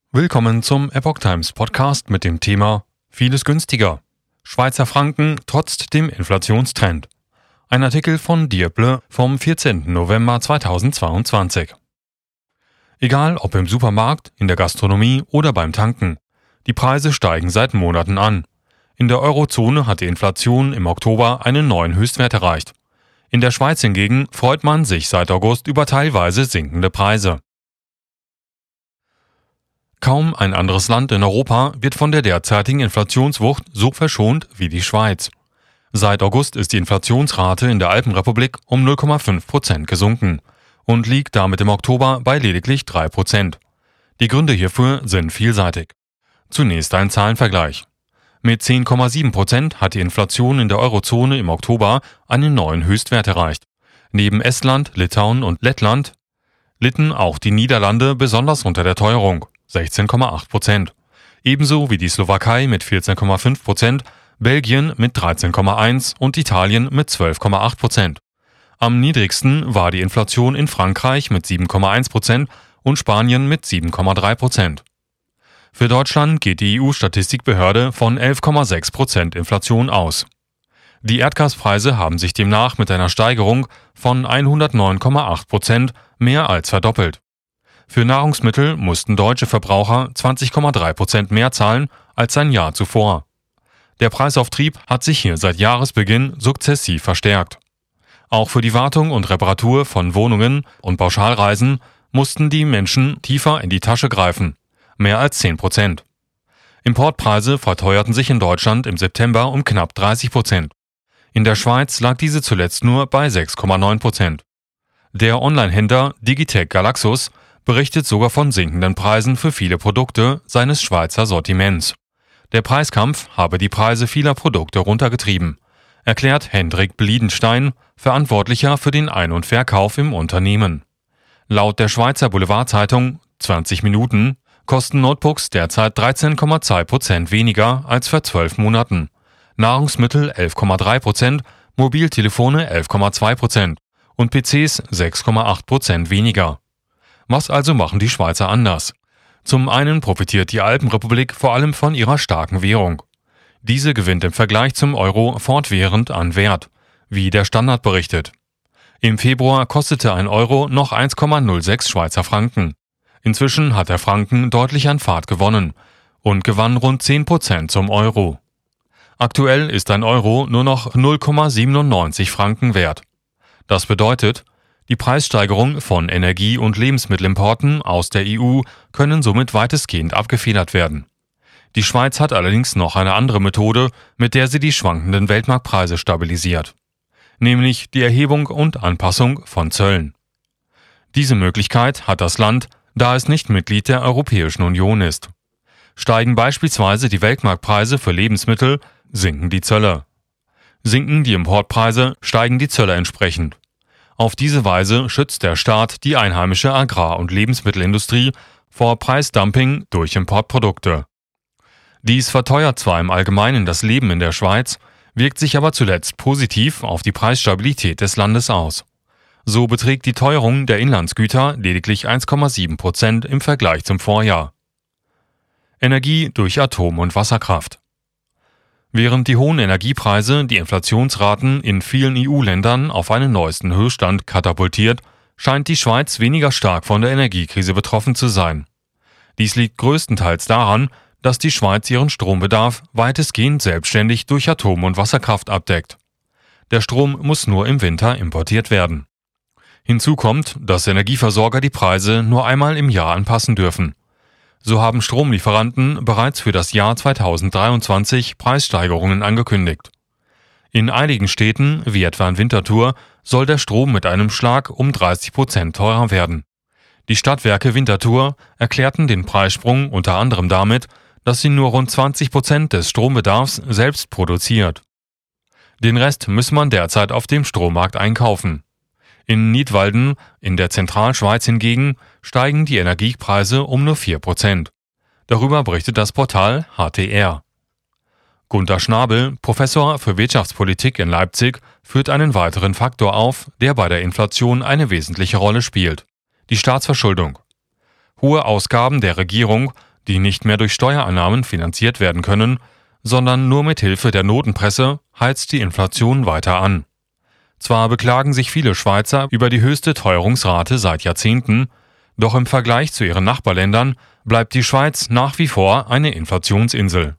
Willkommen zum Epoch Times Podcast mit dem Thema Vieles günstiger. Schweizer Franken trotz dem Inflationstrend. Ein Artikel von Dieble vom 14. November 2022. Egal ob im Supermarkt, in der Gastronomie oder beim Tanken, die Preise steigen seit Monaten an. In der Eurozone hat die Inflation im Oktober einen neuen Höchstwert erreicht. In der Schweiz hingegen freut man sich seit August über teilweise sinkende Preise. Kaum ein anderes Land in Europa wird von der derzeitigen Inflationswucht so verschont wie die Schweiz. Seit August ist die Inflationsrate in der Alpenrepublik um 0,5% gesunken und liegt damit im Oktober bei lediglich 3%. Die Gründe hierfür sind vielseitig. Zunächst ein Zahlenvergleich. Mit 10,7% hat die Inflation in der Eurozone im Oktober einen neuen Höchstwert erreicht. Neben Estland, Litauen und Lettland litten auch die Niederlande besonders unter der Teuerung. 16,8%. Ebenso wie die Slowakei mit 14,5%, Belgien mit 13,1% und Italien mit 12,8%. Am niedrigsten war die Inflation in Frankreich mit 7,1% und Spanien mit 7,3%. Für Deutschland geht die EU-Statistikbehörde von 11,6% Inflation aus. Die Erdgaspreise haben sich demnach mit einer Steigerung von 109,8% mehr als verdoppelt. Für Nahrungsmittel mussten deutsche Verbraucher 20,3% mehr zahlen als ein Jahr zuvor. Der Preisauftrieb hat sich hier seit Jahresbeginn sukzessiv verstärkt. Auch für die Wartung und Reparatur von Wohnungen und Pauschalreisen mussten die Menschen tiefer in die Tasche greifen, mehr als 10%. Importpreise verteuerten sich in Deutschland im September um knapp 30%. In der Schweiz lag diese zuletzt nur bei 6,9%. Der Onlinehändler Digitec Galaxus berichtet sogar von sinkenden Preisen für viele Produkte seines Schweizer Sortiments. Der Preiskampf habe die Preise vieler Produkte runtergetrieben, erklärt Hendrik Bliedenstein, Verantwortlicher für den Ein- und Verkauf im Unternehmen. Laut der Schweizer Boulevardzeitung 20 Minuten kosten Notebooks derzeit 13,2% weniger als vor 12 Monaten, Nahrungsmittel 11,3%, Mobiltelefone 11,2% und PCs 6,8% weniger. Was also machen die Schweizer anders? Zum einen profitiert die Alpenrepublik vor allem von ihrer starken Währung. Diese gewinnt im Vergleich zum Euro fortwährend an Wert, wie der Standard berichtet. Im Februar kostete ein Euro noch 1,06 Schweizer Franken. Inzwischen hat der Franken deutlich an Fahrt gewonnen und gewann rund 10% zum Euro. Aktuell ist ein Euro nur noch 0,97 Franken wert. Das bedeutet, die Preissteigerung von Energie- und Lebensmittelimporten aus der EU können somit weitestgehend abgefedert werden. Die Schweiz hat allerdings noch eine andere Methode, mit der sie die schwankenden Weltmarktpreise stabilisiert, nämlich die Erhebung und Anpassung von Zöllen. Diese Möglichkeit hat das Land, da es nicht Mitglied der Europäischen Union ist. Steigen beispielsweise die Weltmarktpreise für Lebensmittel, sinken die Zölle. Sinken die Importpreise, steigen die Zölle entsprechend. Auf diese Weise schützt der Staat die einheimische Agrar- und Lebensmittelindustrie vor Preisdumping durch Importprodukte. Dies verteuert zwar im Allgemeinen das Leben in der Schweiz, wirkt sich aber zuletzt positiv auf die Preisstabilität des Landes aus. So beträgt die Teuerung der Inlandsgüter lediglich 1,7% im Vergleich zum Vorjahr. Energie durch Atom- und Wasserkraft. Während die hohen Energiepreise die Inflationsraten in vielen EU-Ländern auf einen neuesten Höchststand katapultiert, scheint die Schweiz weniger stark von der Energiekrise betroffen zu sein. Dies liegt größtenteils daran, dass die Schweiz ihren Strombedarf weitestgehend selbstständig durch Atom- und Wasserkraft abdeckt. Der Strom muss nur im Winter importiert werden. Hinzu kommt, dass Energieversorger die Preise nur einmal im Jahr anpassen dürfen. So haben Stromlieferanten bereits für das Jahr 2023 Preissteigerungen angekündigt. In einigen Städten, wie etwa in Winterthur, soll der Strom mit einem Schlag um 30% teurer werden. Die Stadtwerke Winterthur erklärten den Preissprung unter anderem damit, dass sie nur rund 20% des Strombedarfs selbst produziert. Den Rest müsse man derzeit auf dem Strommarkt einkaufen. In Nidwalden, in der Zentralschweiz hingegen, steigen die Energiepreise um nur 4%. Darüber berichtet das Portal HTR. Gunter Schnabel, Professor für Wirtschaftspolitik in Leipzig, führt einen weiteren Faktor auf, der bei der Inflation eine wesentliche Rolle spielt: die Staatsverschuldung. Hohe Ausgaben der Regierung, die nicht mehr durch Steuereinnahmen finanziert werden können, sondern nur mit Hilfe der Notenpresse, heizt die Inflation weiter an. Zwar beklagen sich viele Schweizer über die höchste Teuerungsrate seit Jahrzehnten, doch im Vergleich zu ihren Nachbarländern bleibt die Schweiz nach wie vor eine Inflationsinsel.